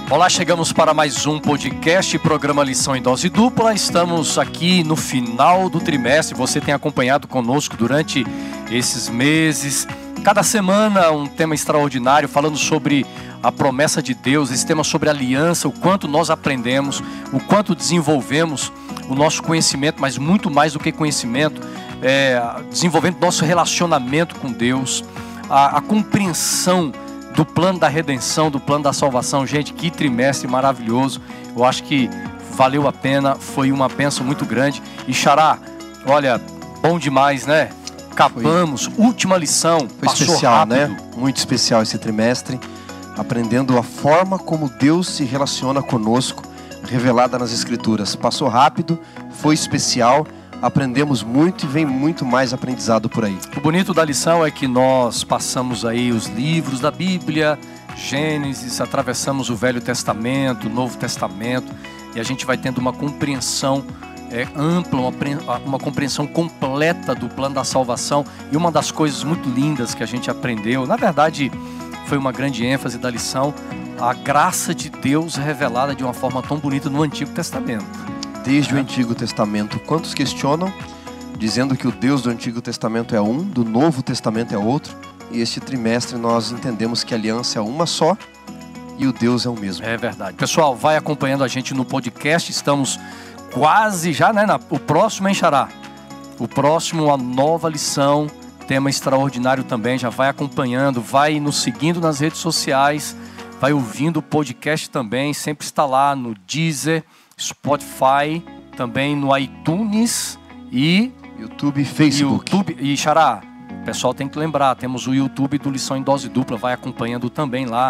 Olá, chegamos para mais um podcast, programa Lição em Dose Dupla. Estamos aqui no final do trimestre. Você tem acompanhado conosco durante esses meses. Cada semana um tema extraordinário, falando sobre a promessa de Deus, esse tema sobre aliança, o quanto nós aprendemos, o quanto desenvolvemos o nosso conhecimento, mas muito mais do que conhecimento, desenvolvendo nosso relacionamento com Deus, a compreensão do plano da redenção, do plano da salvação. Gente, que trimestre maravilhoso. Eu acho que valeu a pena, foi uma bênção muito grande. E Xará, olha, bom demais, né? Acabamos, última lição. Foi especial, rápido, né? Muito especial esse trimestre, aprendendo a forma como Deus se relaciona conosco, revelada nas Escrituras. Passou rápido, foi especial, aprendemos muito e vem muito mais aprendizado por aí. O bonito da lição é que nós passamos aí os livros da Bíblia, Gênesis, atravessamos o Velho Testamento, o Novo Testamento, e a gente vai tendo uma compreensão ampla, uma compreensão completa do plano da salvação. E uma das coisas muito lindas que a gente aprendeu, na verdade foi uma grande ênfase da lição, a graça de Deus revelada de uma forma tão bonita no Antigo Testamento. Desde o Antigo Testamento, quantos questionam, dizendo que o Deus do Antigo Testamento é um, do Novo Testamento é outro, e este trimestre nós entendemos que a aliança é uma só e o Deus é o mesmo. É verdade. Pessoal, vai acompanhando a gente no podcast, estamos quase já, né? O próximo, hein, Xará? O próximo, a nova lição, tema extraordinário também, já vai acompanhando, vai nos seguindo nas redes sociais, vai ouvindo o podcast também, sempre está lá no Deezer, Spotify, também no iTunes e YouTube e Facebook. E Xará, o pessoal tem que lembrar, temos o YouTube do Lição em Dose Dupla, vai acompanhando também lá,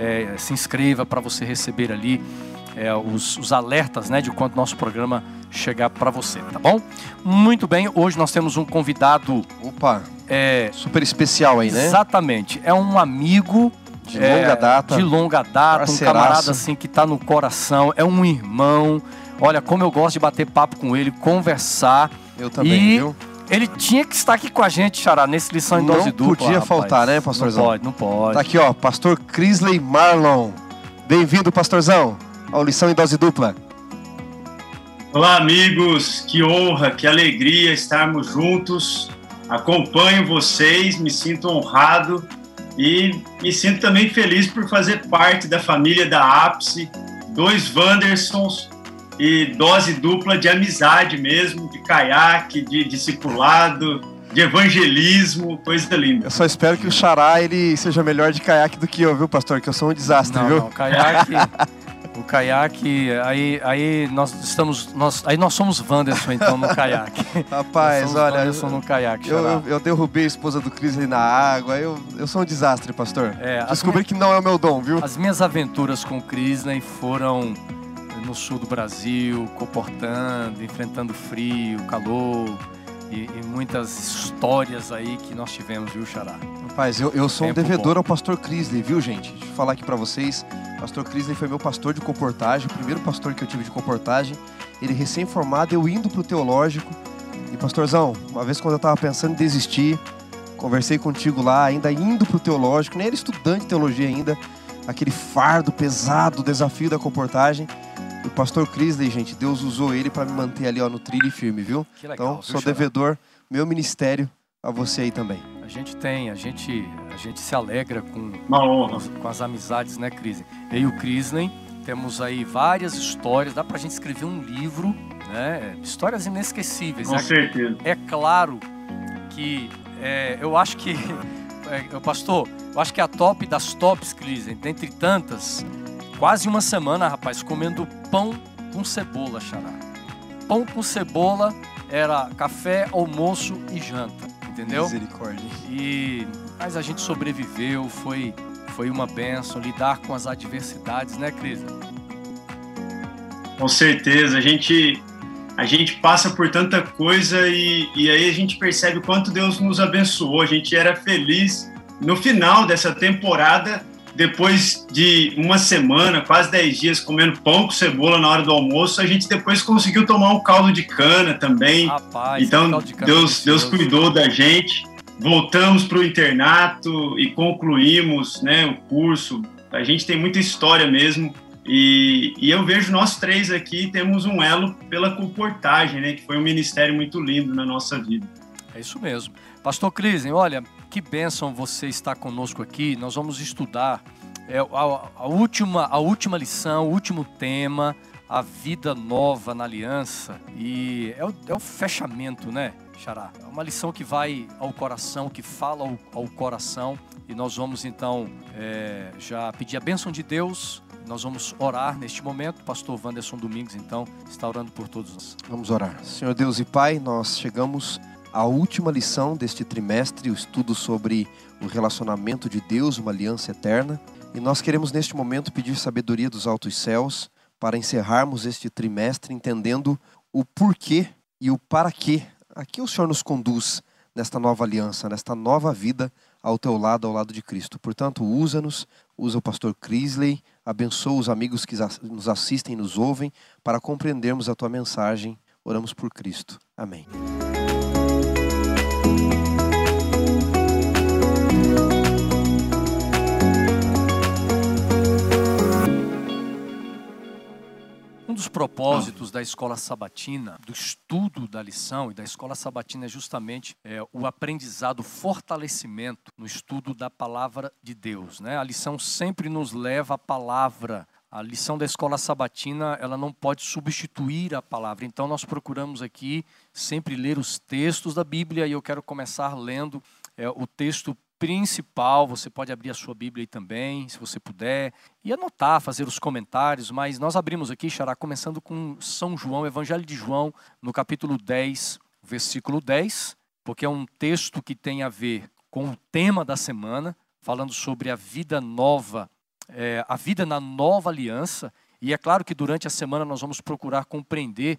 se inscreva para você receber ali os alertas, né, de quando nosso programa chegar para você, tá bom? Muito bem, hoje nós temos um convidado... super especial aí, né? Exatamente, é um amigo... De longa data, um camarada assim que está no coração, é um irmão. Olha, como eu gosto de bater papo com ele, conversar. Eu também, viu? Ele tinha que estar aqui com a gente, Xará, nesse Lição em Dose Dupla. Não podia faltar, né, pastorzão? Não pode. Tá aqui, ó, pastor Crisley Marlon. Bem-vindo, pastorzão, ao Lição em Dose Dupla. Olá, amigos, que honra, que alegria estarmos juntos. Acompanho vocês, me sinto honrado. E me sinto também feliz por fazer parte da família da Ápice, 2 Wandersons e dose dupla de amizade mesmo, de caiaque, de discipulado, de evangelismo, coisa linda. Eu só espero que o Xará ele seja melhor de caiaque do que eu, viu, pastor? Que eu sou um desastre, viu? Não, o caiaque, aí nós somos Wanderson, então, no caiaque. Rapaz, olha, Wanderson no caiaque, eu derrubei a esposa do Crisley na água, eu sou um desastre, pastor. Descobri que não é o meu dom, viu? As minhas aventuras com o Crisley foram no sul do Brasil, comportando, enfrentando frio, calor e muitas histórias aí que nós tivemos, viu, Xará? Rapaz, eu sou um devedor ao pastor Crisley, viu, gente? Deixa eu falar aqui pra vocês. Pastor Crisley foi meu pastor de comportagem, o primeiro pastor que eu tive de comportagem. Ele recém-formado, eu indo pro teológico. E pastorzão, uma vez quando eu tava pensando em desistir, conversei contigo lá, ainda indo pro teológico, nem era estudante de teologia ainda, aquele fardo pesado, o desafio da comportagem. E o pastor Crisley, gente, Deus usou ele pra me manter ali, ó, no trilho firme, viu? Que legal, então, sou devedor, meu ministério, a você aí também. A gente se alegra com as amizades, né, Crisley? Eu e o Crisley temos aí várias histórias, dá pra gente escrever um livro, né? Histórias inesquecíveis. Com certeza. É claro que eu acho que, pastor, eu acho que a top das tops, Crisley, dentre tantas, quase uma semana, rapaz, comendo pão com cebola, Xará. Pão com cebola era café, almoço e janta. Entendeu? Misericórdia. Mas a gente sobreviveu, foi uma bênção lidar com as adversidades, né, Cris? Com certeza, a gente passa por tanta coisa e aí a gente percebe o quanto Deus nos abençoou. A gente era feliz no final dessa temporada, depois de uma semana, quase 10 dias comendo pão com cebola na hora do almoço, a gente depois conseguiu tomar um caldo de cana também. Rapaz, então Deus cuidou da gente. Voltamos para o internato e concluímos, né, o curso. A gente tem muita história mesmo E eu vejo nós três aqui temos um elo pela comportagem, né? Que foi um ministério muito lindo na nossa vida. É isso mesmo. Pastor Crisen, olha, que bênção você estar conosco aqui. Nós vamos estudar a última lição, o último tema, a vida nova na aliança. E é o fechamento, né, Xará? É uma lição que vai ao coração, que fala ao coração. E nós vamos então já pedir a bênção de Deus. Nós vamos orar neste momento. O pastor Wanderson Domingues, então, está orando por todos nós. Vamos orar. Senhor Deus e Pai, nós chegamos à última lição deste trimestre, o estudo sobre o relacionamento de Deus, uma aliança eterna. E nós queremos neste momento pedir sabedoria dos altos céus para encerrarmos este trimestre entendendo o porquê e o para quê. Aqui o Senhor nos conduz nesta nova aliança, nesta nova vida ao teu lado, ao lado de Cristo. Portanto, usa-nos, usa o pastor Crisley, abençoa os amigos que nos assistem e nos ouvem para compreendermos a tua mensagem. Oramos por Cristo. Amém. Um dos propósitos da escola sabatina, do estudo da lição e da escola sabatina é justamente o aprendizado, o fortalecimento no estudo da palavra de Deus, né? A lição sempre nos leva à palavra. A lição da escola sabatina, ela não pode substituir a palavra. Então nós procuramos aqui sempre ler os textos da Bíblia e eu quero começar lendo o texto principal. Você pode abrir a sua Bíblia aí também, se você puder, e anotar, fazer os comentários, mas nós abrimos aqui, Xará, começando com São João, Evangelho de João, no capítulo 10, versículo 10, porque é um texto que tem a ver com o tema da semana, falando sobre a vida nova, a vida na nova aliança. E é claro que durante a semana nós vamos procurar compreender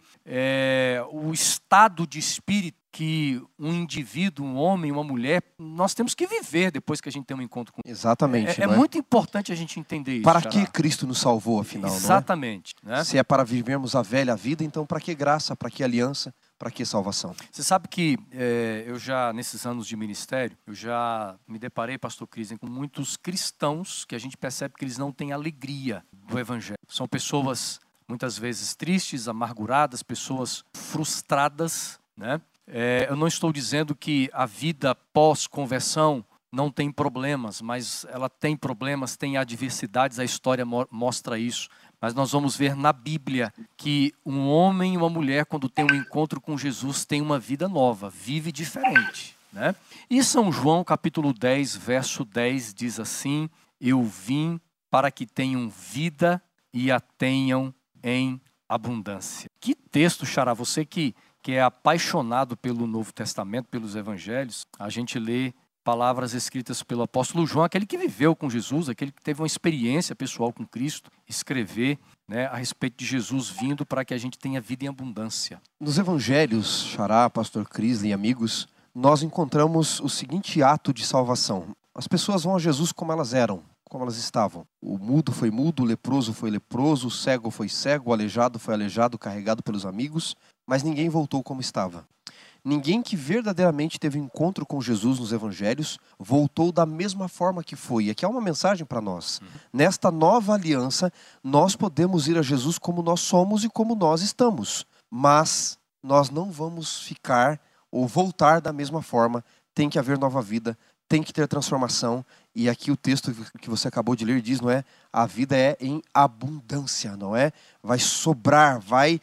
o estado de espírito que um indivíduo, um homem, uma mulher, nós temos que viver depois que a gente tem um encontro com Deus. Exatamente. É muito importante a gente entender isso. Para que Cristo nos salvou, afinal, exatamente, não é? Né? Se é para vivermos a velha vida, então para que graça, para que aliança, para que salvação? Você sabe que eu já, nesses anos de ministério, eu já me deparei, pastor Crisen, com muitos cristãos que a gente percebe que eles não têm alegria do Evangelho. São pessoas, muitas vezes, tristes, amarguradas, pessoas frustradas, né? Eu não estou dizendo que a vida pós-conversão não tem problemas, mas ela tem problemas, tem adversidades, a história mostra isso. Mas nós vamos ver na Bíblia que um homem e uma mulher, quando tem um encontro com Jesus, tem uma vida nova, vive diferente, né? E São João, capítulo 10, verso 10, diz assim: eu vim para que tenham vida e a tenham em abundância. Que texto, Xará, você que é apaixonado pelo Novo Testamento, pelos Evangelhos, a gente lê palavras escritas pelo apóstolo João, aquele que viveu com Jesus, aquele que teve uma experiência pessoal com Cristo, escrever, né, a respeito de Jesus vindo para que a gente tenha vida em abundância. Nos Evangelhos, Xará, pastor Crisley e amigos, nós encontramos o seguinte ato de salvação. As pessoas vão a Jesus como elas eram, como elas estavam. O mudo foi mudo, o leproso foi leproso, o cego foi cego, o aleijado foi aleijado, carregado pelos amigos, mas ninguém voltou como estava. Ninguém que verdadeiramente teve encontro com Jesus nos Evangelhos voltou da mesma forma que foi. E aqui há uma mensagem para nós. Nesta nova aliança, nós podemos ir a Jesus como nós somos e como nós estamos. Mas nós não vamos ficar ou voltar da mesma forma. Tem que haver nova vida, tem que ter transformação. E aqui o texto que você acabou de ler diz, não é? A vida é em abundância, não é? Vai sobrar, vai...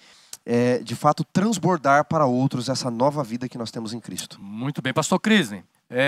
de fato transbordar para outros essa nova vida que nós temos em Cristo. Muito bem, pastor Crisen,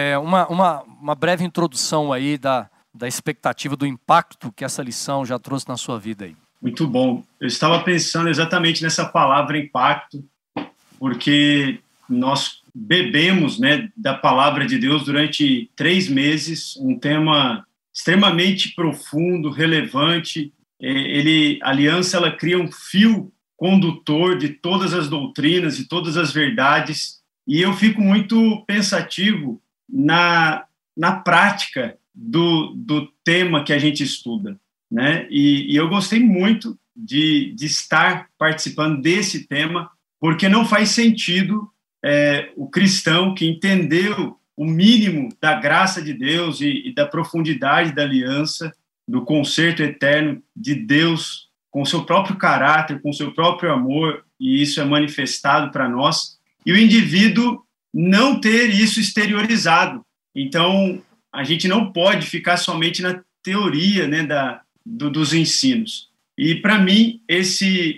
uma breve introdução aí da expectativa, do impacto que essa lição já trouxe na sua vida aí. Muito bom, eu estava pensando exatamente nessa palavra impacto, porque nós bebemos, né, da palavra de Deus durante 3 meses, um tema extremamente profundo, relevante. A aliança, ela cria um fio condutor de todas as doutrinas e todas as verdades, e eu fico muito pensativo na prática do tema que a gente estuda, né? E eu gostei muito de estar participando desse tema, porque não faz sentido o cristão que entendeu o mínimo da graça de Deus e da profundidade da aliança, do concerto eterno de Deus com o seu próprio caráter, com o seu próprio amor, e isso é manifestado para nós, e o indivíduo não ter isso exteriorizado. Então, a gente não pode ficar somente na teoria, né, dos ensinos. E, para mim, esse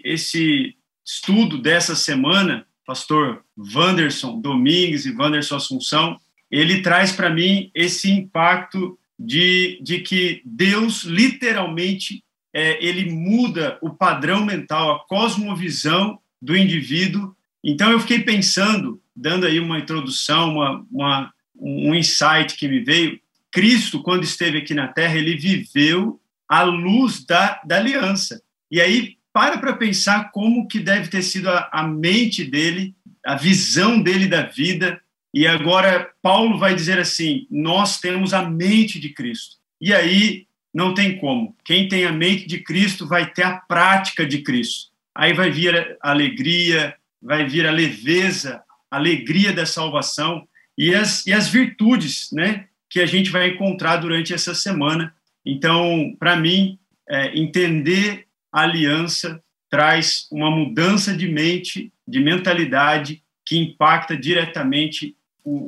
estudo dessa semana, pastor Wanderson Domingues e Wanderson Assunção, ele traz para mim esse impacto de que Deus, literalmente, ele muda o padrão mental, a cosmovisão do indivíduo. Então, eu fiquei pensando, dando aí uma introdução, um insight que me veio. Cristo, quando esteve aqui na Terra, ele viveu à luz da aliança. E aí, para pensar como que deve ter sido a mente dele, a visão dele da vida. E agora, Paulo vai dizer assim, nós temos a mente de Cristo. E aí, não tem como. Quem tem a mente de Cristo vai ter a prática de Cristo. Aí vai vir a alegria, vai vir a leveza, a alegria da salvação e as virtudes, né, que a gente vai encontrar durante essa semana. Então, para mim, entender a aliança traz uma mudança de mente, de mentalidade, que impacta diretamente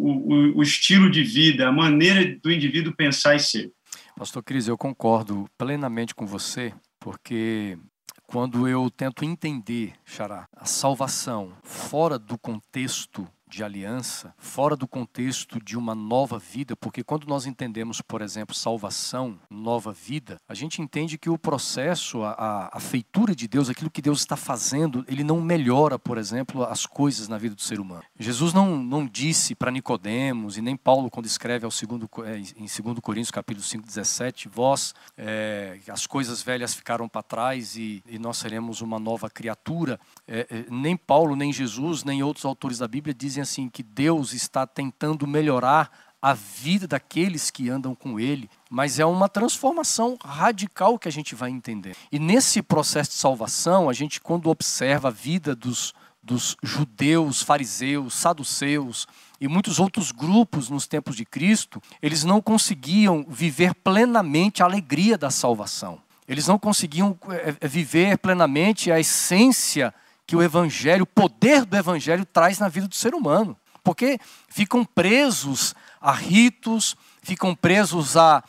o estilo de vida, a maneira do indivíduo pensar e ser. Pastor Cris, eu concordo plenamente com você, porque quando eu tento entender, Xará, a salvação fora do contexto de aliança, fora do contexto de uma nova vida, porque quando nós entendemos, por exemplo, salvação, nova vida, a gente entende que o processo, a feitura de Deus, aquilo que Deus está fazendo, ele não melhora, por exemplo, as coisas na vida do ser humano. Jesus não disse para Nicodemos, e nem Paulo, quando escreve em 2 Coríntios, capítulo 5, 17, vós, as coisas velhas ficaram para trás e nós seremos uma nova criatura. Nem Paulo, nem Jesus, nem outros autores da Bíblia dizem assim que Deus está tentando melhorar a vida daqueles que andam com Ele, mas é uma transformação radical que a gente vai entender. E nesse processo de salvação, a gente, quando observa a vida dos judeus, fariseus, saduceus e muitos outros grupos nos tempos de Cristo, eles não conseguiam viver plenamente a alegria da salvação. Eles não conseguiam viver plenamente a essência que o Evangelho, o poder do Evangelho traz na vida do ser humano. Porque ficam presos a ritos, ficam presos a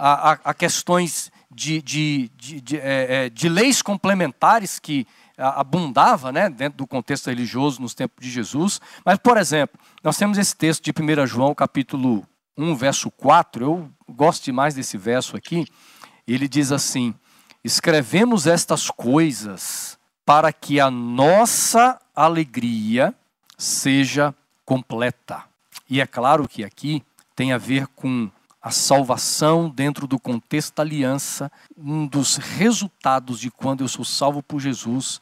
questões de leis complementares que abundava, né, dentro do contexto religioso nos tempos de Jesus. Mas, por exemplo, nós temos esse texto de 1 João, capítulo 1, verso 4. Eu gosto demais desse verso aqui. Ele diz assim, escrevemos estas coisas para que a nossa alegria seja completa. E é claro que aqui tem a ver com a salvação dentro do contexto da aliança, um dos resultados de quando eu sou salvo por Jesus,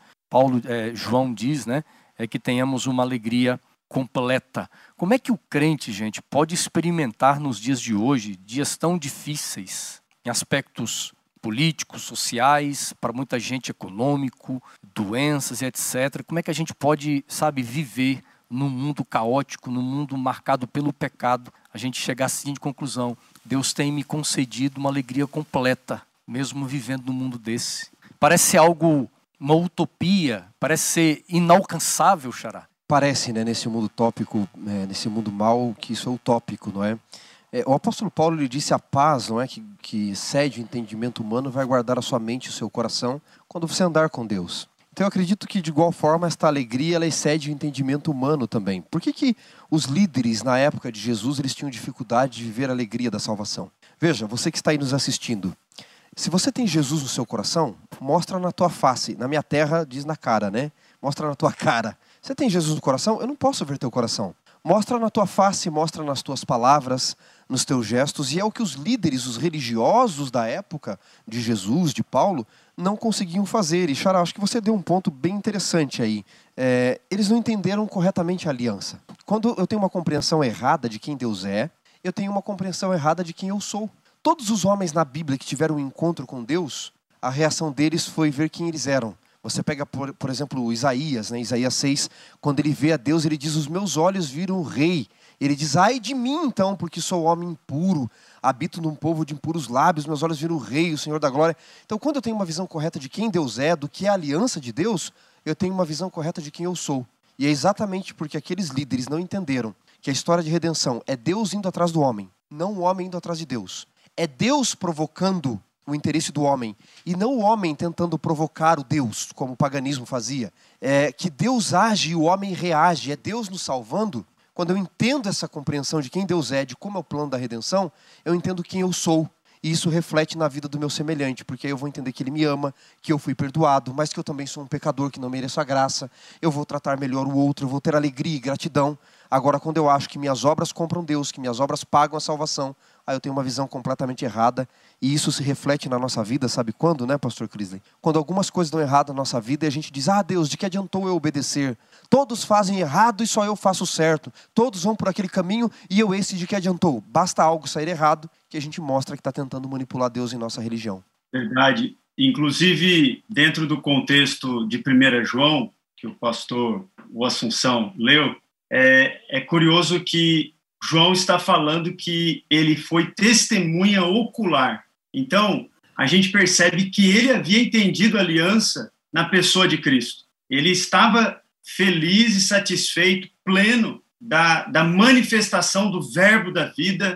João diz, né, é que tenhamos uma alegria completa. Como é que o crente, gente, pode experimentar nos dias de hoje, dias tão difíceis, em aspectos políticos, sociais, para muita gente econômico, doenças e etc. Como é que a gente pode, viver num mundo caótico, num mundo marcado pelo pecado, a gente chegar à seguinte conclusão: Deus tem me concedido uma alegria completa, mesmo vivendo num mundo desse. Parece ser uma utopia, parece ser inalcançável, Xará. Parece, né, nesse mundo tópico, nesse mundo mal, que isso é utópico, não é? O apóstolo Paulo lhe disse a paz, não é, que excede o entendimento humano, vai guardar a sua mente e o seu coração quando você andar com Deus. Então eu acredito que de igual forma esta alegria ela excede o entendimento humano também. Por que os líderes na época de Jesus eles tinham dificuldade de viver a alegria da salvação? Veja, você que está aí nos assistindo, se você tem Jesus no seu coração, mostra na tua face. Na minha terra diz na cara, né? Mostra na tua cara. Você tem Jesus no coração? Eu não posso ver teu coração. Mostra na tua face, mostra nas tuas palavras, nos teus gestos. E é o que os líderes, os religiosos da época de Jesus, de Paulo, não conseguiam fazer. E Xará, acho que você deu um ponto bem interessante aí. Eles não entenderam corretamente a aliança. Quando eu tenho uma compreensão errada de quem Deus é, eu tenho uma compreensão errada de quem eu sou. Todos os homens na Bíblia que tiveram um encontro com Deus, a reação deles foi ver quem eles eram. Você pega, por exemplo, Isaías, né? Isaías 6, quando ele vê a Deus, ele diz, os meus olhos viram o rei. Ele diz, ai de mim então, porque sou homem impuro, habito num povo de impuros lábios, meus olhos viram o Rei, o Senhor da glória. Então quando eu tenho uma visão correta de quem Deus é, do que é a aliança de Deus, eu tenho uma visão correta de quem eu sou. E é exatamente porque aqueles líderes não entenderam que a história de redenção é Deus indo atrás do homem, não o homem indo atrás de Deus. É Deus provocando o interesse do homem, e não o homem tentando provocar o Deus, como o paganismo fazia. É que Deus age e o homem reage, é Deus nos salvando. Quando eu entendo essa compreensão de quem Deus é, de como é o plano da redenção, eu entendo quem eu sou. E isso reflete na vida do meu semelhante, porque aí eu vou entender que ele me ama, que eu fui perdoado, mas que eu também sou um pecador que não mereço a graça. Eu vou tratar melhor o outro, eu vou ter alegria e gratidão. Agora, quando eu acho que minhas obras compram Deus, que minhas obras pagam a salvação, aí eu tenho uma visão completamente errada. E isso se reflete na nossa vida, sabe quando, né, pastor Crisley? Quando algumas coisas dão errado na nossa vida e a gente diz, Deus, de que adiantou eu obedecer? Todos fazem errado e só eu faço certo. Todos vão por aquele caminho e eu esse de que adiantou? Basta algo sair errado que a gente mostra que está tentando manipular Deus em nossa religião. Verdade. Inclusive, dentro do contexto de 1 João, que o pastor Assunção leu, é curioso que João está falando que ele foi testemunha ocular. Então, a gente percebe que ele havia entendido a aliança na pessoa de Cristo. Ele estava feliz e satisfeito, pleno da manifestação do verbo da vida,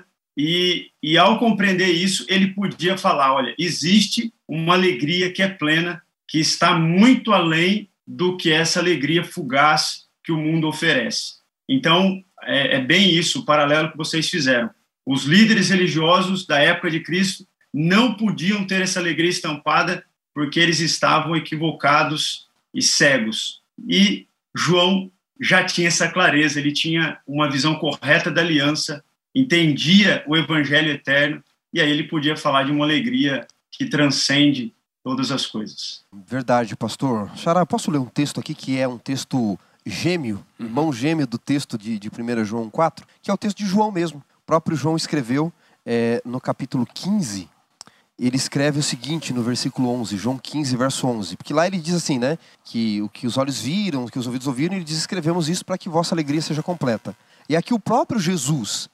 e ao compreender isso, ele podia falar, olha, existe uma alegria que é plena, que está muito além do que essa alegria fugaz que o mundo oferece. Então, é bem isso, o paralelo que vocês fizeram. Os líderes religiosos da época de Cristo não podiam ter essa alegria estampada porque eles estavam equivocados e cegos. E João já tinha essa clareza, ele tinha uma visão correta da aliança, entendia o evangelho eterno, e aí ele podia falar de uma alegria que transcende todas as coisas. Verdade, pastor. Xará, posso ler um texto aqui que é um texto gêmeo, irmão gêmeo do texto de 1 João 4, que é o texto de João mesmo. O próprio João escreveu no capítulo 15, ele escreve o seguinte no versículo 11, João 15, verso 11, porque lá ele diz assim, né, que o que os olhos viram, o que os ouvidos ouviram, ele diz, escrevemos isso para que vossa alegria seja completa. E aqui o próprio Jesus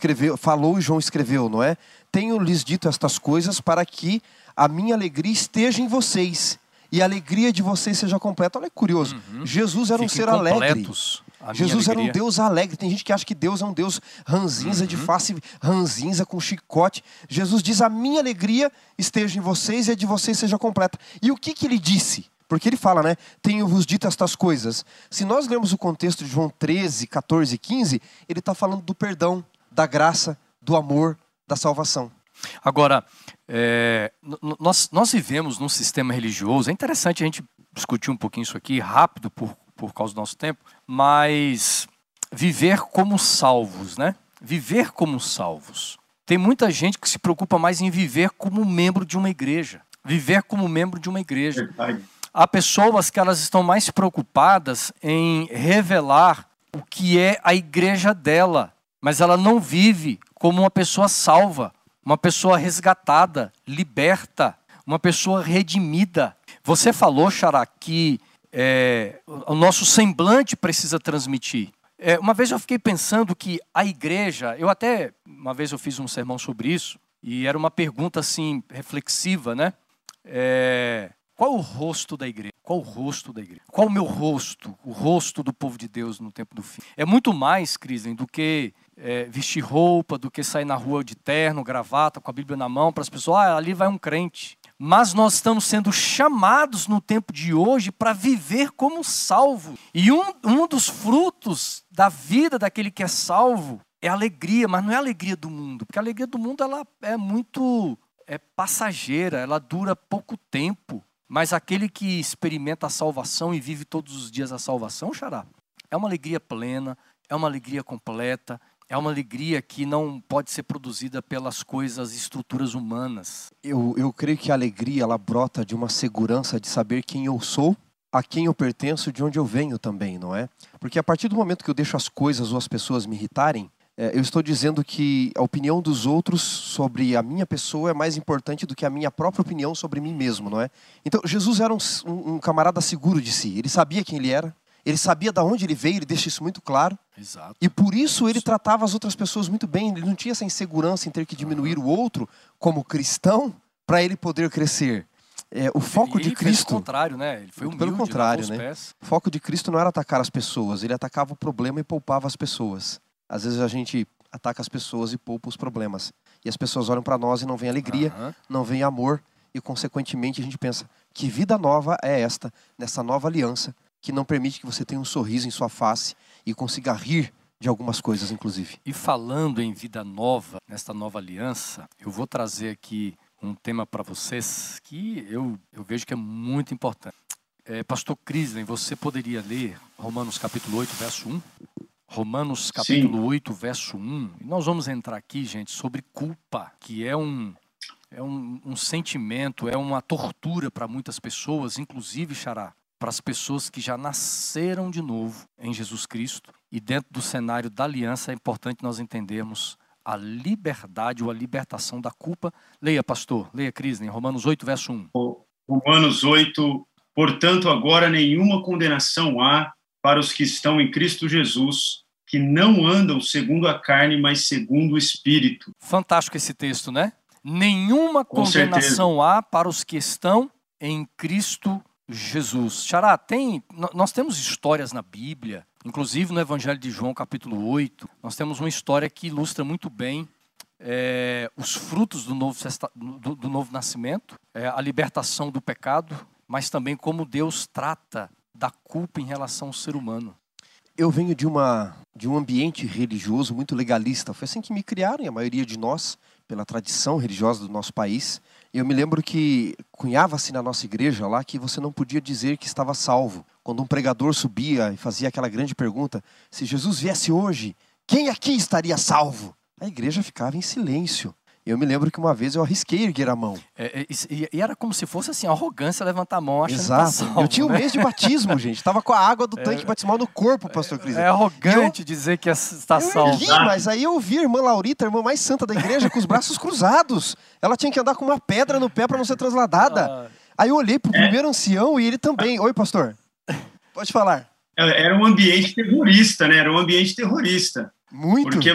falou e João escreveu, não é? Tenho-lhes dito estas coisas para que a minha alegria esteja em vocês e a alegria de vocês seja completa. Olha que curioso. Jesus era um ser alegre. Jesus era um Deus alegre. Tem gente que acha que Deus é um Deus ranzinza, de face ranzinza, com chicote. Jesus diz, a minha alegria esteja em vocês e a de vocês seja completa. E o que ele disse? Porque ele fala, né? Tenho-vos dito estas coisas. Se nós lermos o contexto de João 13, 14 e 15, ele está falando do perdão, da graça, do amor, da salvação. Agora, nós vivemos num sistema religioso, é interessante a gente discutir um pouquinho isso aqui, rápido por causa do nosso tempo, mas viver como salvos, né? Viver como salvos. Tem muita gente que se preocupa mais em viver como membro de uma igreja. Viver como membro de uma igreja. Verdade. Há pessoas que elas estão mais preocupadas em revelar o que é a igreja dela, mas ela não vive como uma pessoa salva, uma pessoa resgatada, liberta, uma pessoa redimida. Você falou, Xará, que o nosso semblante precisa transmitir. Uma vez eu fiquei pensando que a igreja, uma vez eu fiz um sermão sobre isso, e era uma pergunta assim, reflexiva, né? Qual o rosto da igreja? Qual o rosto da igreja? Qual o meu rosto? O rosto do povo de Deus no tempo do fim. É muito mais, Crisley, do que vestir roupa, do que sair na rua de terno, gravata, com a Bíblia na mão, para as pessoas, ali vai um crente. Mas nós estamos sendo chamados no tempo de hoje para viver como salvo. E um dos frutos da vida daquele que é salvo é a alegria, mas não é a alegria do mundo. Porque a alegria do mundo ela é muito passageira, ela dura pouco tempo. Mas aquele que experimenta a salvação e vive todos os dias a salvação, Xará, é uma alegria plena, é uma alegria completa, é uma alegria que não pode ser produzida pelas coisas, estruturas humanas. Eu creio que a alegria ela brota de uma segurança de saber quem eu sou, a quem eu pertenço, de onde eu venho também, não é? Porque a partir do momento que eu deixo as coisas ou as pessoas me irritarem, eu estou dizendo que a opinião dos outros sobre a minha pessoa é mais importante do que a minha própria opinião sobre mim mesmo, não é? Então, Jesus era um camarada seguro de si. Ele sabia quem ele era, Ele sabia de onde ele veio, ele deixa isso muito claro. Exato. E por isso ele tratava as outras pessoas muito bem. Ele não tinha essa insegurança em ter que diminuir o outro como cristão para ele poder crescer. O foco de Cristo... Pelo contrário, né? Ele foi humilde, pelo contrário, lavou os né? pés. O foco de Cristo não era atacar as pessoas, ele atacava o problema e poupava as pessoas. Às vezes a gente ataca as pessoas e poupa os problemas. E as pessoas olham para nós e não vem alegria, não vem amor. E consequentemente a gente pensa, que vida nova é esta, nessa nova aliança, que não permite que você tenha um sorriso em sua face e consiga rir de algumas coisas, inclusive. E falando em vida nova, nesta nova aliança, eu vou trazer aqui um tema para vocês que eu vejo que é muito importante. Pastor Crisley, você poderia ler Romanos capítulo 8, verso 1? Romanos capítulo 8, verso 1. E nós vamos entrar aqui, gente, sobre culpa, que é um sentimento, é uma tortura para muitas pessoas, inclusive, Xará, para as pessoas que já nasceram de novo em Jesus Cristo. E dentro do cenário da aliança é importante nós entendermos a liberdade ou a libertação da culpa. Leia, pastor, leia, Crisley, Romanos 8, verso 1. Romanos 8, portanto, agora nenhuma condenação há para os que estão em Cristo Jesus, que não andam segundo a carne, mas segundo o Espírito. Fantástico esse texto, né? Nenhuma condenação há para os que estão em Cristo Jesus. Xará, nós temos histórias na Bíblia, inclusive no Evangelho de João, capítulo 8, nós temos uma história que ilustra muito bem os frutos do novo nascimento, a libertação do pecado, mas também como Deus trata da culpa em relação ao ser humano. Eu venho de um ambiente religioso muito legalista. Foi assim que me criaram, e a maioria de nós, pela tradição religiosa do nosso país. Eu me lembro que cunhava-se na nossa igreja lá que você não podia dizer que estava salvo. Quando um pregador subia e fazia aquela grande pergunta, se Jesus viesse hoje, quem aqui estaria salvo? A igreja ficava em silêncio. Eu me lembro que uma vez eu arrisquei erguer a mão. E era como se fosse assim, arrogância levantar a mão achando que Exato. tá salvo, eu tinha um mês de batismo, gente. Estava com a água do tanque batismal no corpo, pastor Cris. É arrogante dizer que está salvo. Ergui, mas aí eu vi a irmã Laurita, a irmã mais santa da igreja, com os braços cruzados. Ela tinha que andar com uma pedra no pé para não ser transladada. Aí eu olhei pro primeiro ancião e ele também. Oi, pastor. Pode falar. Era um ambiente terrorista, né? Era um ambiente terrorista. Muito. Porque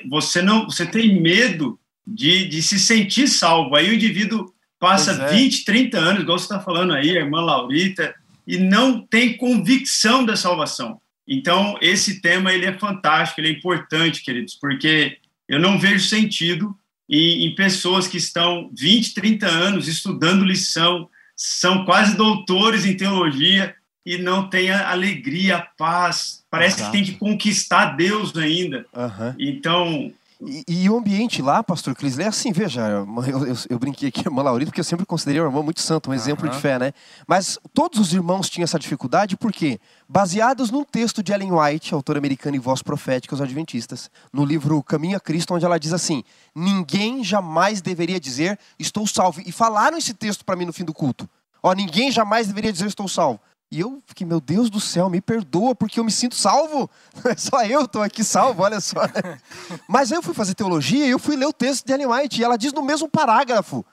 você tem medo de se sentir salvo. Aí o indivíduo passa 20, 30 anos, igual você está falando aí, a irmã Laurita, e não tem convicção da salvação. Então, esse tema ele é fantástico, ele é importante, queridos, porque eu não vejo sentido em pessoas que estão 20, 30 anos estudando lição, são quase doutores em teologia e não tem a alegria, a paz. Parece que tem que conquistar Deus ainda. Então... E o ambiente lá, pastor Cris, é assim, veja, eu brinquei aqui, irmã Laurita, porque eu sempre considerei uma irmã muito santa, um exemplo de fé, né? Mas todos os irmãos tinham essa dificuldade, por quê? Baseados num texto de Ellen White, autora americana e voz profética aos adventistas, no livro Caminho a Cristo, onde ela diz assim, ninguém jamais deveria dizer, estou salvo. E falaram esse texto para mim no fim do culto. Ninguém jamais deveria dizer, estou salvo. E eu fiquei, meu Deus do céu, me perdoa, porque eu me sinto salvo. Só eu estou aqui salvo, olha só. Mas aí eu fui fazer teologia e eu fui ler o texto de Ellen White. E ela diz no mesmo parágrafo,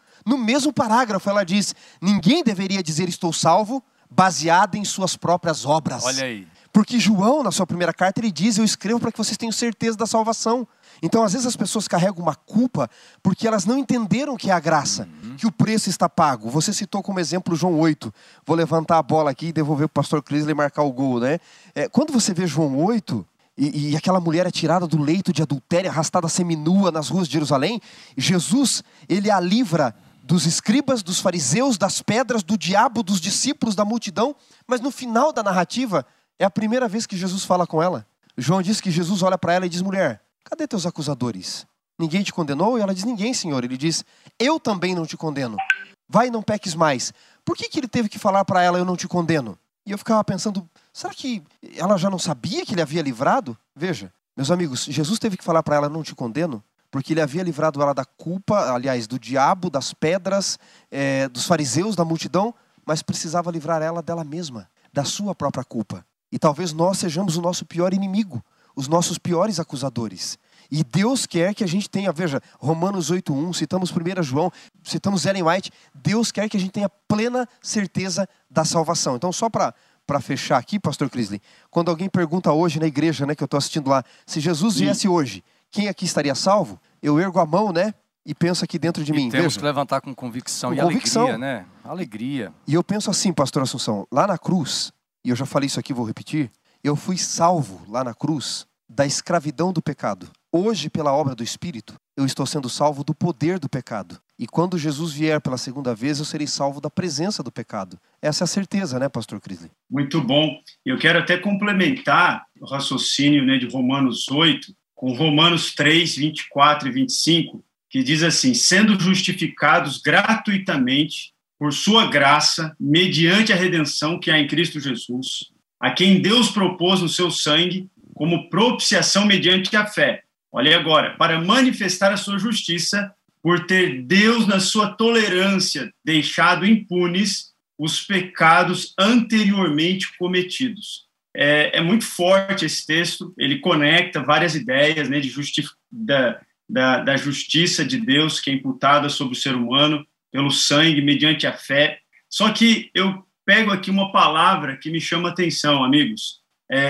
ela diz, ninguém deveria dizer estou salvo, baseado em suas próprias obras. Olha aí. Porque João, na sua primeira carta, ele diz, eu escrevo para que vocês tenham certeza da salvação. Então, às vezes as pessoas carregam uma culpa porque elas não entenderam que é a graça, que o preço está pago. Você citou como exemplo João 8. Vou levantar a bola aqui e devolver para o pastor Crisley marcar o gol, né? Quando você vê João 8, e aquela mulher é tirada do leito de adultério, arrastada seminua nas ruas de Jerusalém, Jesus, ele a livra dos escribas, dos fariseus, das pedras, do diabo, dos discípulos, da multidão. Mas no final da narrativa, é a primeira vez que Jesus fala com ela. João diz que Jesus olha para ela e diz, mulher, cadê teus acusadores? Ninguém te condenou? E ela diz, ninguém, Senhor. Ele diz, eu também não te condeno. Vai e não peques mais. Por que ele teve que falar para ela, eu não te condeno? E eu ficava pensando, será que ela já não sabia que ele havia livrado? Veja, meus amigos, Jesus teve que falar para ela, eu não te condeno, porque ele havia livrado ela da culpa, aliás, do diabo, das pedras, dos fariseus, da multidão, mas precisava livrar ela dela mesma, da sua própria culpa. E talvez nós sejamos o nosso pior inimigo, os nossos piores acusadores. E Deus quer que a gente tenha, veja, Romanos 8.1, citamos 1 João, citamos Ellen White, Deus quer que a gente tenha plena certeza da salvação. Então, só para para fechar aqui, pastor Crisley, quando alguém pergunta hoje na igreja, né, que eu estou assistindo lá, se Jesus viesse hoje, quem aqui estaria salvo? Eu ergo a mão, né? E penso aqui dentro de mim. Temos que levantar com convicção e alegria, né? Alegria. E eu penso assim, pastor Assunção, lá na cruz, e eu já falei isso aqui, vou repetir, eu fui salvo lá na cruz da escravidão do pecado. Hoje, pela obra do Espírito, eu estou sendo salvo do poder do pecado. E quando Jesus vier pela segunda vez, eu serei salvo da presença do pecado. Essa é a certeza, né, pastor Crisley? Muito bom. Eu quero até complementar o raciocínio, né, de Romanos 8, com Romanos 3, 24 e 25, que diz assim: sendo justificados gratuitamente por sua graça, mediante a redenção que há em Cristo Jesus, a quem Deus propôs no seu sangue como propiciação mediante a fé. Olha agora, para manifestar a sua justiça, por ter Deus, na sua tolerância, deixado impunes os pecados anteriormente cometidos. É muito forte esse texto, ele conecta várias ideias, né, da justiça de Deus que é imputada sobre o ser humano pelo sangue, mediante a fé. Só que eu pego aqui uma palavra que me chama a atenção, amigos,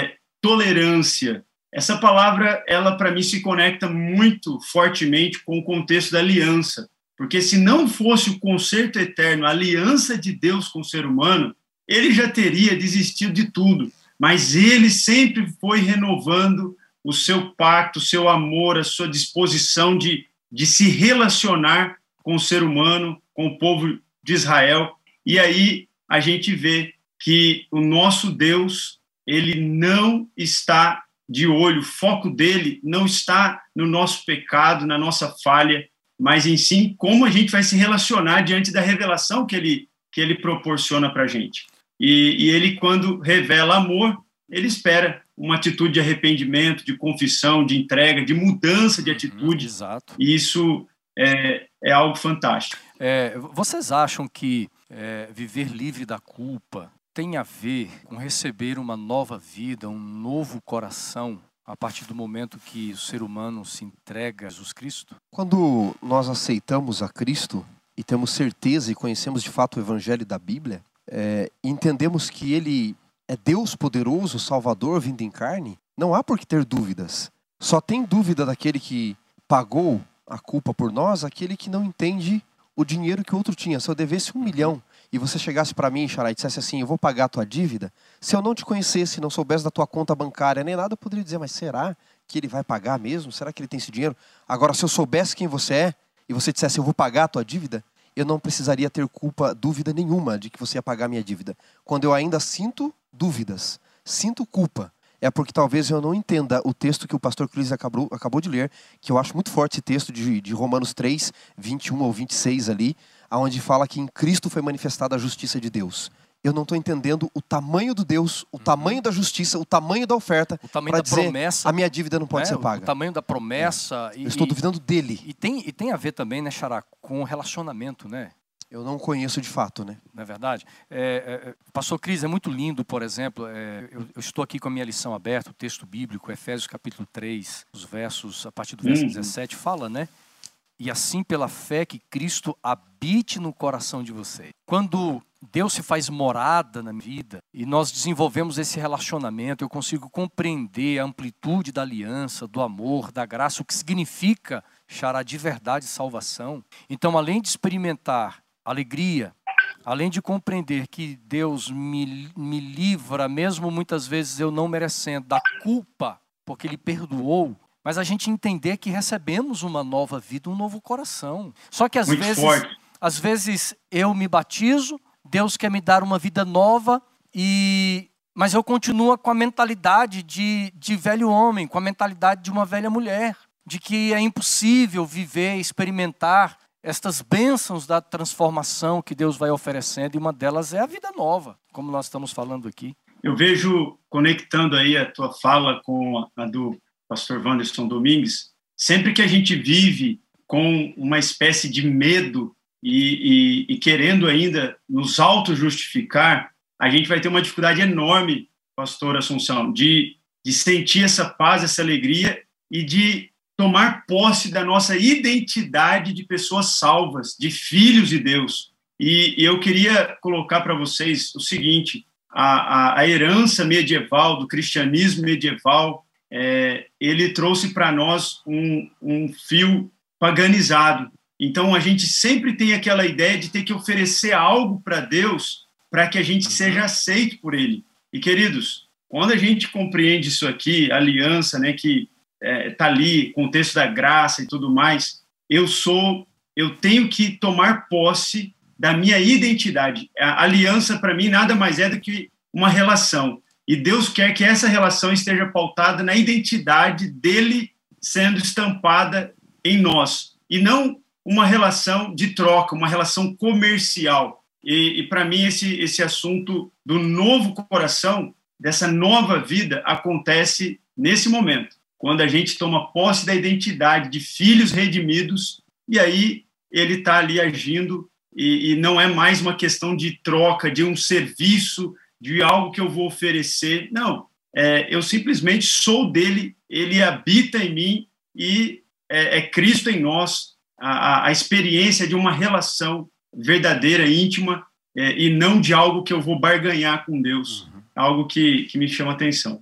tolerância. Essa palavra, ela para mim se conecta muito fortemente com o contexto da aliança, porque se não fosse o concerto eterno, a aliança de Deus com o ser humano, ele já teria desistido de tudo, mas ele sempre foi renovando o seu pacto, o seu amor, a sua disposição de se relacionar com o ser humano, com o povo de Israel. E aí a gente vê que o nosso Deus, ele não está de olho, o foco dele não está no nosso pecado, na nossa falha, mas em sim como a gente vai se relacionar diante da revelação que ele proporciona para a gente. E ele, quando revela amor, ele espera uma atitude de arrependimento, de confissão, de entrega, de mudança de atitude. Exato. E isso é algo fantástico. Vocês acham que viver livre da culpa tem a ver com receber uma nova vida, um novo coração, a partir do momento que o ser humano se entrega a Jesus Cristo? Quando nós aceitamos a Cristo e temos certeza e conhecemos de fato o Evangelho da Bíblia, entendemos que Ele é Deus poderoso, Salvador, vindo em carne, não há por que ter dúvidas. Só tem dúvida daquele que pagou a culpa por nós, aquele que não entende o dinheiro que o outro tinha. Se eu devesse 1 milhão e você chegasse para mim, Xará, e dissesse assim: eu vou pagar a tua dívida, se eu não te conhecesse, não soubesse da tua conta bancária nem nada, eu poderia dizer: mas será que ele vai pagar mesmo? Será que ele tem esse dinheiro? Agora, se eu soubesse quem você é e você dissesse: eu vou pagar a tua dívida, eu não precisaria ter dúvida nenhuma de que você ia pagar a minha dívida. Quando eu ainda sinto dúvidas, sinto culpa, é porque talvez eu não entenda o texto que o pastor Cris acabou de ler, que eu acho muito forte esse texto de Romanos 3, 21 ou 26 ali, onde fala que em Cristo foi manifestada a justiça de Deus. Eu não estou entendendo o tamanho do Deus, o tamanho da justiça, o tamanho da oferta, o tamanho para da dizer: promessa, a minha dívida não pode ser paga. O tamanho da promessa. Eu estou duvidando dele. E tem a ver também, né, Xará, com o relacionamento, né? Eu não conheço de fato, né? Não é verdade? Pastor Cris, é muito lindo, por exemplo, eu estou aqui com a minha lição aberta, o texto bíblico, Efésios capítulo 3, a partir do verso 17, fala, né? E assim pela fé que Cristo habite no coração de vocês. Quando Deus se faz morada na minha vida e nós desenvolvemos esse relacionamento, eu consigo compreender a amplitude da aliança, do amor, da graça, o que significa, Xará, de verdade salvação. Então, além de experimentar alegria, além de compreender que Deus me livra, mesmo muitas vezes eu não merecendo, da culpa, porque Ele perdoou, mas a gente entender que recebemos uma nova vida, um novo coração. Só que às vezes eu me batizo, Deus quer me dar uma vida nova, mas eu continuo com a mentalidade de velho homem, com a mentalidade de uma velha mulher, de que é impossível viver, experimentar estas bênçãos da transformação que Deus vai oferecendo, e uma delas é a vida nova, como nós estamos falando aqui. Eu vejo, conectando aí a tua fala com a do pastor Wanderson Domingues, sempre que a gente vive com uma espécie de medo e querendo ainda nos auto-justificar, a gente vai ter uma dificuldade enorme, pastor Assunção, de sentir essa paz, essa alegria e de tomar posse da nossa identidade de pessoas salvas, de filhos de Deus. E eu queria colocar para vocês o seguinte: a herança medieval, do cristianismo medieval, ele trouxe para nós um fio paganizado. Então, a gente sempre tem aquela ideia de ter que oferecer algo para Deus para que a gente seja aceito por Ele. E, queridos, quando a gente compreende isso aqui, a aliança, né, que está ali, contexto da graça e tudo mais, eu tenho que tomar posse da minha identidade. A aliança, para mim, nada mais é do que uma relação. E Deus quer que essa relação esteja pautada na identidade dele sendo estampada em nós. E não uma relação de troca, uma relação comercial. E para mim, esse assunto do novo coração, dessa nova vida, acontece nesse momento, quando a gente toma posse da identidade de filhos redimidos, e aí ele está ali agindo, e não é mais uma questão de troca, de um serviço, de algo que eu vou oferecer. Não, eu simplesmente sou dele, ele habita em mim, e é Cristo em nós, a experiência de uma relação verdadeira, íntima, e não de algo que eu vou barganhar com Deus, algo que me chama atenção.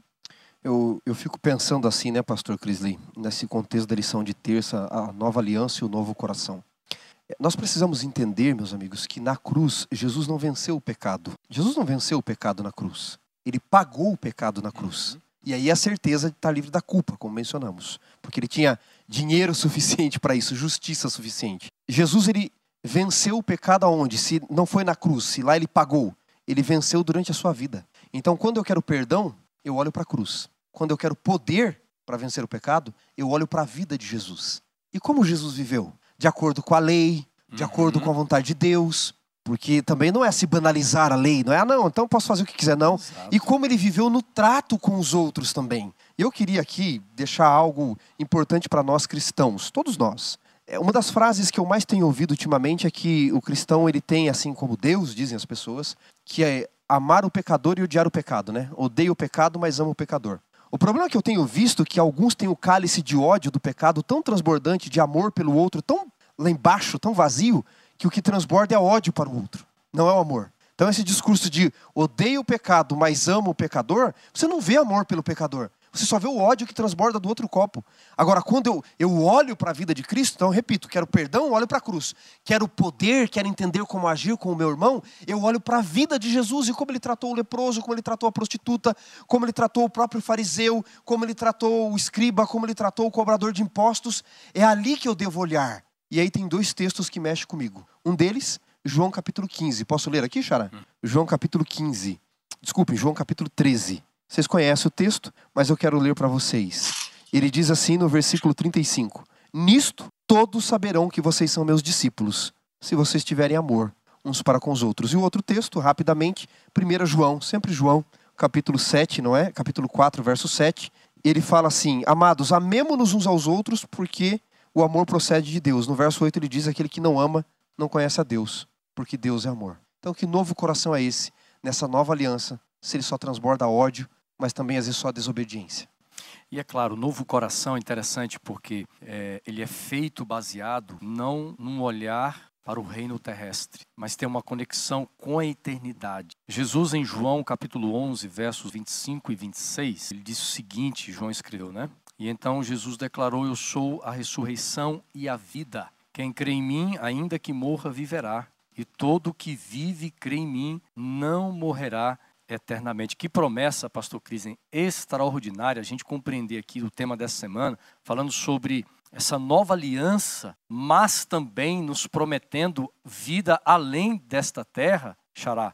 Eu fico pensando assim, né, pastor Crisley, nesse contexto da lição de terça, a nova aliança e o novo coração. Nós precisamos entender, meus amigos, que na cruz, Jesus não venceu o pecado. Jesus não venceu o pecado na cruz. Ele pagou o pecado na cruz. E aí a certeza de estar livre da culpa, como mencionamos. Porque ele tinha dinheiro suficiente para isso, justiça suficiente. Jesus, ele venceu o pecado aonde? Se não foi na cruz, se lá ele pagou. Ele venceu durante a sua vida. Então, quando eu quero perdão, eu olho para a cruz. Quando eu quero poder para vencer o pecado, eu olho para a vida de Jesus. E como Jesus viveu? De acordo com a lei, de acordo com a vontade de Deus. Porque também não é se banalizar a lei, não é, não, então eu posso fazer o que quiser, não. Exato. E como ele viveu no trato com os outros também. Eu queria aqui deixar algo importante para nós cristãos, todos nós. Uma das frases que eu mais tenho ouvido ultimamente é que o cristão, ele tem, assim como Deus, dizem as pessoas, que é amar o pecador e odiar o pecado, né? Odeio o pecado, mas amo o pecador. O problema é que eu tenho visto que alguns têm o cálice de ódio do pecado tão transbordante, de amor pelo outro, tão lá embaixo, tão vazio, que o que transborda é ódio para o outro, não é o amor. Então esse discurso de odeio o pecado, mas amo o pecador, você não vê amor pelo pecador. Você só vê o ódio que transborda do outro copo. Agora, quando eu olho para a vida de Cristo, então eu repito, quero perdão, olho para a cruz. Quero poder, quero entender como agir com o meu irmão, eu olho para a vida de Jesus e como ele tratou o leproso, como ele tratou a prostituta, como ele tratou o próprio fariseu, como ele tratou o escriba, como ele tratou o cobrador de impostos. É ali que eu devo olhar. E aí tem dois textos que mexem comigo. Um deles, João capítulo 15. Posso ler aqui, Xará? João capítulo 15. Desculpem, João capítulo 13. Vocês conhecem o texto, mas eu quero ler para vocês. Ele diz assim no versículo 35. Nisto todos saberão que vocês são meus discípulos, se vocês tiverem amor uns para com os outros. E o outro texto, rapidamente, 1 João, sempre João, capítulo 7, não é? Capítulo 4, verso 7. Ele fala assim, amados, amemo-nos uns aos outros, porque o amor procede de Deus. No verso 8 ele diz, aquele que não ama, não conhece a Deus, porque Deus é amor. Então que novo coração é esse, nessa nova aliança, se ele só transborda ódio, mas também às vezes só desobediência? E é claro, o novo coração é interessante porque ele é feito baseado não num olhar para o reino terrestre, mas tem uma conexão com a eternidade. Jesus em João capítulo 11, versos 25 e 26, ele diz o seguinte, João escreveu, né? E então Jesus declarou, eu sou a ressurreição e a vida. Quem crê em mim, ainda que morra, viverá. E todo que vive e crê em mim, não morrerá eternamente. Que promessa, pastor Crisley, extraordinária a gente compreender aqui o tema dessa semana, falando sobre essa nova aliança, mas também nos prometendo vida além desta terra, Xará,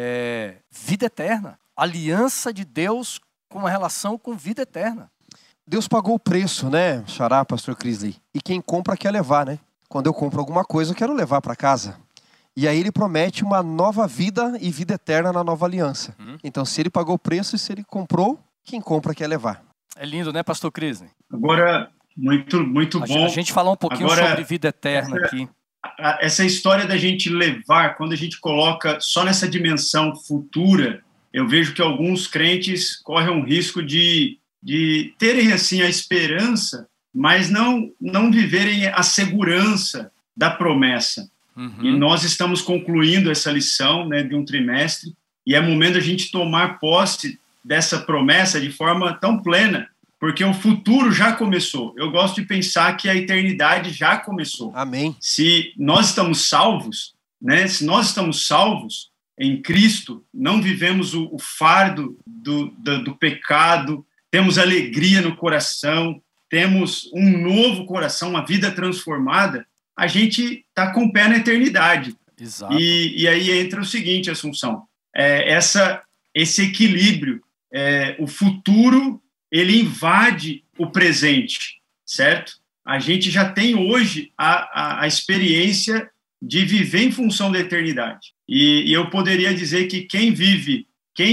vida eterna. Aliança de Deus com a relação com vida eterna. Deus pagou o preço, né, Xará, pastor Crisley? E quem compra quer levar, né? Quando eu compro alguma coisa, eu quero levar para casa. E aí ele promete uma nova vida e vida eterna na nova aliança. Então, se ele pagou o preço e se ele comprou, quem compra quer levar. É lindo, né, pastor Crisley? Agora, muito bom. A gente falar um pouquinho sobre vida eterna aqui. Essa história da gente levar, quando a gente coloca só nessa dimensão futura, eu vejo que alguns crentes correm um risco de terem assim a esperança, mas não viverem a segurança da promessa. E nós estamos concluindo essa lição, né, de um trimestre, e é momento a gente tomar posse dessa promessa de forma tão plena, porque o futuro já começou. Eu gosto de pensar que a eternidade já começou. Amém. Se nós estamos salvos, né? Se nós estamos salvos em Cristo, não vivemos o fardo do pecado, temos alegria no coração, temos um novo coração, uma vida transformada, a gente está com o pé na eternidade. Exato. E aí entra o seguinte, Assunção, esse equilíbrio, o futuro, ele invade o presente, certo? A gente já tem hoje a experiência de viver em função da eternidade. E eu poderia dizer que quem vive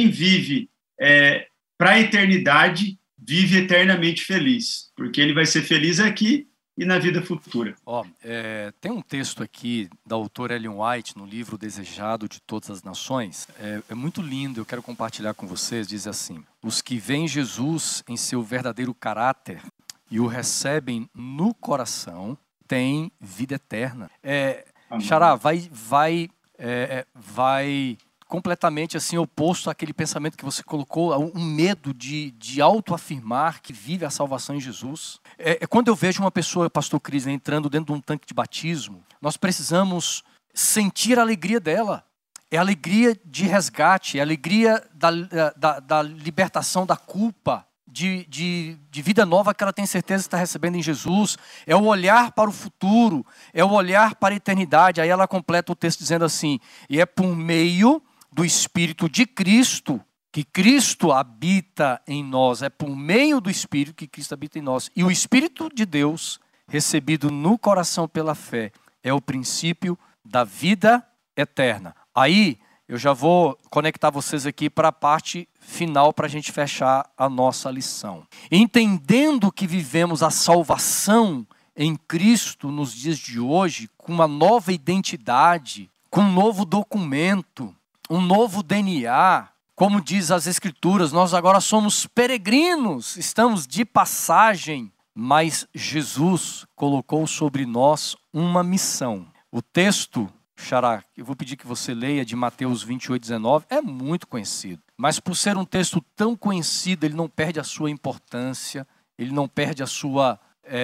para a eternidade vive eternamente feliz, porque ele vai ser feliz aqui e na vida futura. Tem um texto aqui da autora Ellen White, no livro Desejado de Todas as Nações, é muito lindo, eu quero compartilhar com vocês, diz assim: os que veem Jesus em seu verdadeiro caráter e o recebem no coração, têm vida eterna. Xará, vai completamente assim oposto àquele pensamento que você colocou, um medo de autoafirmar que vive a salvação em Jesus. Quando eu vejo uma pessoa, pastor Cris, entrando dentro de um tanque de batismo, nós precisamos sentir a alegria dela. É a alegria de resgate, é a alegria da libertação da culpa, de vida nova que ela tem certeza que está recebendo em Jesus. É o olhar para o futuro, é o olhar para a eternidade. Aí ela completa o texto dizendo assim: e é por meio do Espírito de Cristo que Cristo habita em nós. É por meio do Espírito que Cristo habita em nós. E o Espírito de Deus, recebido no coração pela fé, é o princípio da vida eterna. Aí eu já vou conectar vocês aqui para a parte final, para a gente fechar a nossa lição. Entendendo que vivemos a salvação em Cristo nos dias de hoje, com uma nova identidade, com um novo documento, um novo DNA, como diz as Escrituras, nós agora somos peregrinos, estamos de passagem, mas Jesus colocou sobre nós uma missão. O texto, Xará, eu vou pedir que você leia, de Mateus 28:19, é muito conhecido, mas por ser um texto tão conhecido, ele não perde a sua importância, ele não perde a sua,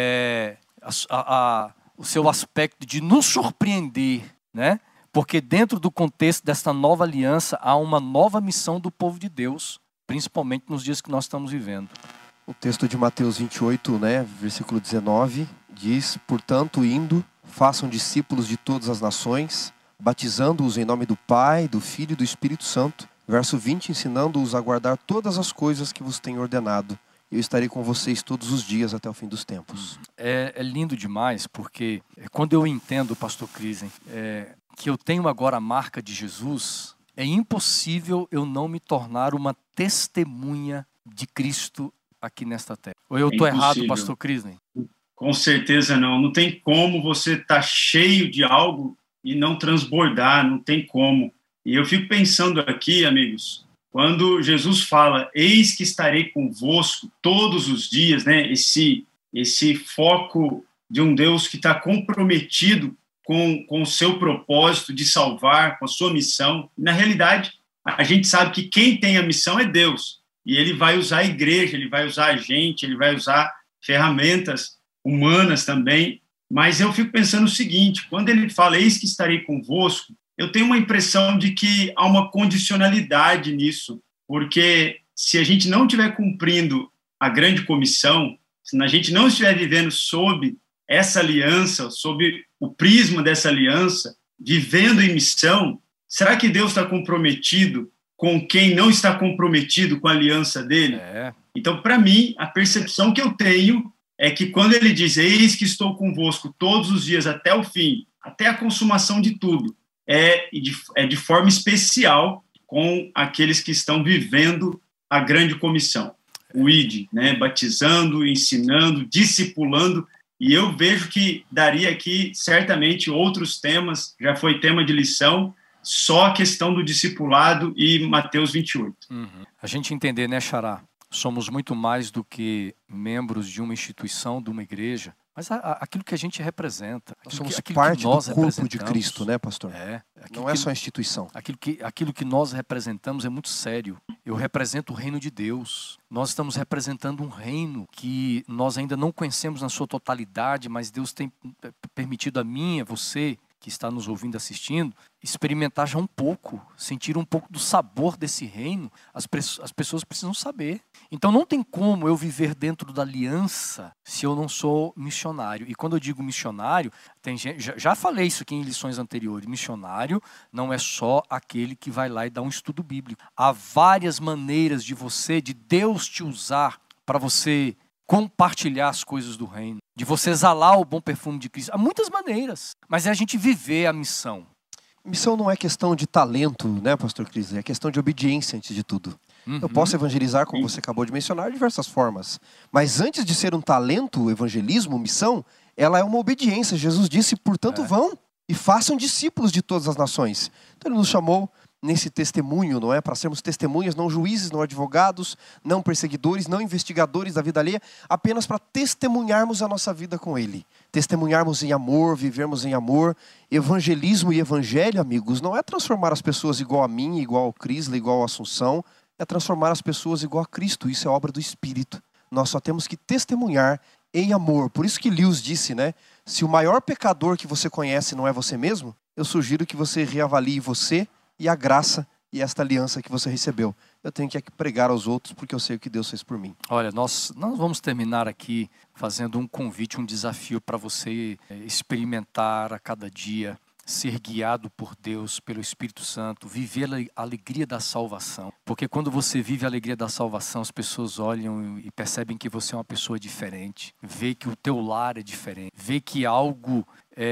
o seu aspecto de nos surpreender, né? Porque dentro do contexto desta nova aliança, há uma nova missão do povo de Deus, principalmente nos dias que nós estamos vivendo. O texto de Mateus 28, versículo 19, diz: portanto, indo, façam discípulos de todas as nações, batizando-os em nome do Pai, do Filho e do Espírito Santo. Verso 20, ensinando-os a guardar todas as coisas que vos tenho ordenado. Eu estarei com vocês todos os dias até o fim dos tempos. É lindo demais, porque quando eu entendo, pastor Crisen, que eu tenho agora a marca de Jesus, é impossível eu não me tornar uma testemunha de Cristo aqui nesta terra. Ou eu estou errado, pastor Crisen? Com certeza não. Não tem como você estar cheio de algo e não transbordar, não tem como. E eu fico pensando aqui, amigos, quando Jesus fala, eis que estarei convosco todos os dias, né? Esse foco de um Deus que está comprometido com o seu propósito de salvar, com a sua missão. Na realidade, a gente sabe que quem tem a missão é Deus. E ele vai usar a igreja, ele vai usar a gente, ele vai usar ferramentas humanas também. Mas eu fico pensando o seguinte, quando ele fala, eis que estarei convosco, eu tenho uma impressão de que há uma condicionalidade nisso, porque se a gente não estiver cumprindo a grande comissão, se a gente não estiver vivendo sob essa aliança, sob o prisma dessa aliança, vivendo em missão, será que Deus está comprometido com quem não está comprometido com a aliança dele? Então, para mim, a percepção que eu tenho é que quando ele diz, eis que estou convosco todos os dias até o fim, até a consumação de tudo, é de forma especial com aqueles que estão vivendo a grande comissão. O ID, né? Batizando, ensinando, discipulando. E eu vejo que daria aqui, certamente, outros temas, já foi tema de lição, só a questão do discipulado e Mateus 28. A gente entender, né, Xará? Somos muito mais do que membros de uma instituição, de uma igreja. mas aquilo que a gente representa. Nós somos parte do corpo de Cristo, né, pastor? Não é só a instituição. Aquilo que nós representamos é muito sério. Eu represento o reino de Deus. Nós estamos representando um reino que nós ainda não conhecemos na sua totalidade, mas Deus tem permitido a mim, a você, que está nos ouvindo, assistindo, experimentar já um pouco, sentir um pouco do sabor desse reino. As pessoas precisam saber. Então não tem como eu viver dentro da aliança se eu não sou missionário. E quando eu digo missionário, tem gente, já falei isso aqui em lições anteriores, missionário não é só aquele que vai lá e dá um estudo bíblico. Há várias maneiras de Deus te usar para você compartilhar as coisas do reino, de você exalar o bom perfume de Cristo. Há muitas maneiras, mas é a gente viver a missão. Missão não é questão de talento, né, pastor Cris? É questão de obediência antes de tudo. Eu posso evangelizar, como você acabou de mencionar, de diversas formas. Mas antes de ser um talento, evangelismo, missão, ela é uma obediência. Jesus disse, portanto, vão e façam discípulos de todas as nações. Então ele nos chamou nesse testemunho, não é? Para sermos testemunhas, não juízes, não advogados, não perseguidores, não investigadores da vida alheia, apenas para testemunharmos a nossa vida com Ele. Testemunharmos em amor, vivermos em amor. Evangelismo e evangelho, amigos, não é transformar as pessoas igual a mim, igual ao Crisley, igual à Assunção, é transformar as pessoas igual a Cristo. Isso é obra do Espírito. Nós só temos que testemunhar em amor. Por isso que Lewis disse, né? Se o maior pecador que você conhece não é você mesmo, eu sugiro que você reavalie você e a graça e esta aliança que você recebeu. Eu tenho que pregar aos outros porque eu sei o que Deus fez por mim. Olha, nós vamos terminar aqui fazendo um convite, um desafio para você experimentar a cada dia, ser guiado por Deus, pelo Espírito Santo, viver a alegria da salvação. Porque quando você vive a alegria da salvação, as pessoas olham e percebem que você é uma pessoa diferente, vê que o teu lar é diferente, vê que algo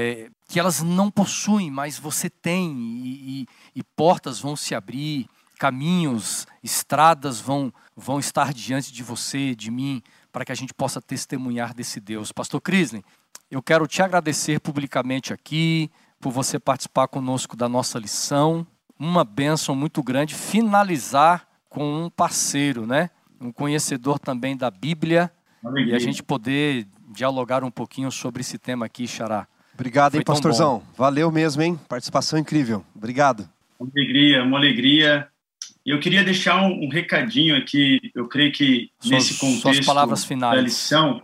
que elas não possuem, mas você tem, e portas vão se abrir, caminhos, estradas vão estar diante de você, de mim, para que a gente possa testemunhar desse Deus. Pastor Crisley, eu quero te agradecer publicamente aqui, por você participar conosco da nossa lição. Uma bênção muito grande, finalizar com um parceiro, né? Um conhecedor também da Bíblia, e a gente poder dialogar um pouquinho sobre esse tema aqui, Xará. Obrigado, hein, pastorzão. Valeu mesmo, hein? Participação incrível. Obrigado. Uma alegria. Eu queria deixar um recadinho aqui, eu creio que nesse contexto suas palavras finais da lição,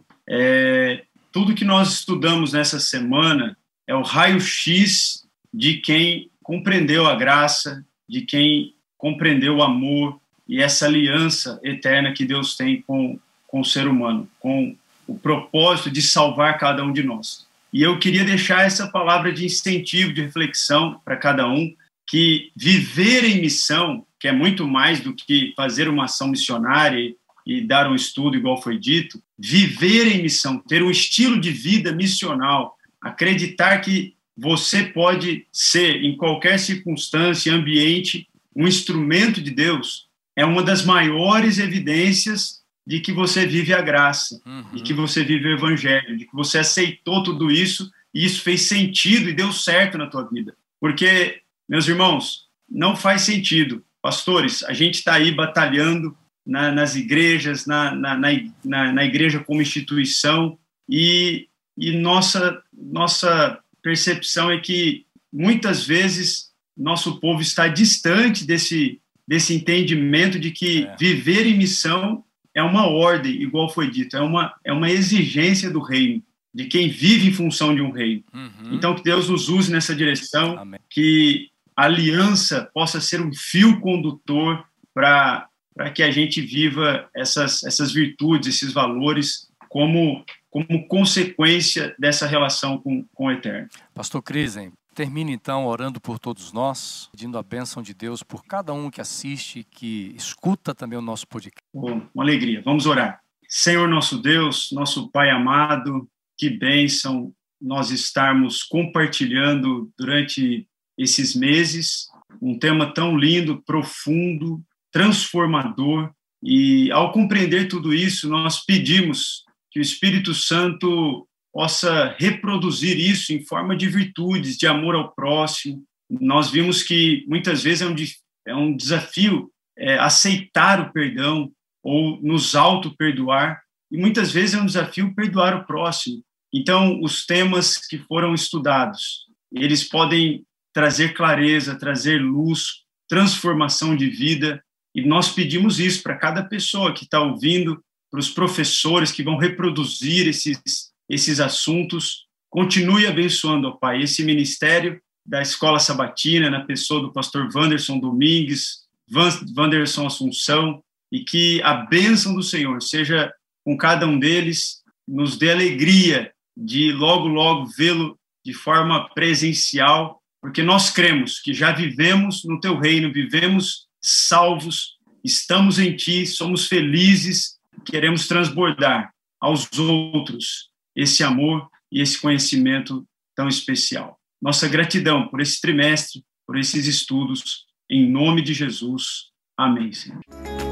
tudo que nós estudamos nessa semana é o raio-x de quem compreendeu a graça, de quem compreendeu o amor e essa aliança eterna que Deus tem com o ser humano, com o propósito de salvar cada um de nós. E eu queria deixar essa palavra de incentivo, de reflexão para cada um, que viver em missão, que é muito mais do que fazer uma ação missionária e dar um estudo, igual foi dito, viver em missão, ter um estilo de vida missional, acreditar que você pode ser, em qualquer circunstância, ambiente, um instrumento de Deus, é uma das maiores evidências de que você vive a graça, de que você vive o evangelho, de que você aceitou tudo isso e isso fez sentido e deu certo na tua vida. Porque, meus irmãos, não faz sentido. Pastores, a gente está aí batalhando nas igrejas, na igreja como instituição, e nossa percepção é que muitas vezes nosso povo está distante desse entendimento de que viver em missão é uma ordem, igual foi dito, é uma exigência do reino, de quem vive em função de um reino. Então, que Deus nos use nessa direção, Amém. Que a aliança possa ser um fio condutor para que a gente viva essas virtudes, esses valores, como consequência dessa relação com o Eterno. Pastor Crisley, termine então orando por todos nós, pedindo a bênção de Deus por cada um que assiste, que escuta também o nosso podcast. Uma alegria. Vamos orar. Senhor nosso Deus, nosso Pai amado, que bênção nós estarmos compartilhando durante esses meses um tema tão lindo, profundo, transformador. E ao compreender tudo isso, nós pedimos que o Espírito Santo possa reproduzir isso em forma de virtudes, de amor ao próximo. Nós vimos que muitas vezes é um desafio aceitar o perdão ou nos auto-perdoar, e muitas vezes é um desafio perdoar o próximo. Então, os temas que foram estudados, eles podem trazer clareza, trazer luz, transformação de vida, e nós pedimos isso para cada pessoa que está ouvindo, para os professores que vão reproduzir esses assuntos. Continue abençoando, ó Pai, esse ministério da Escola Sabatina, na pessoa do pastor Wanderson Domingues, Wanderson Assunção, e que a bênção do Senhor seja com cada um deles, nos dê alegria de logo, logo vê-lo de forma presencial, porque nós cremos que já vivemos no Teu reino, vivemos salvos, estamos em Ti, somos felizes, queremos transbordar aos outros esse amor e esse conhecimento tão especial. Nossa gratidão por esse trimestre, por esses estudos, em nome de Jesus. Amém, Senhor.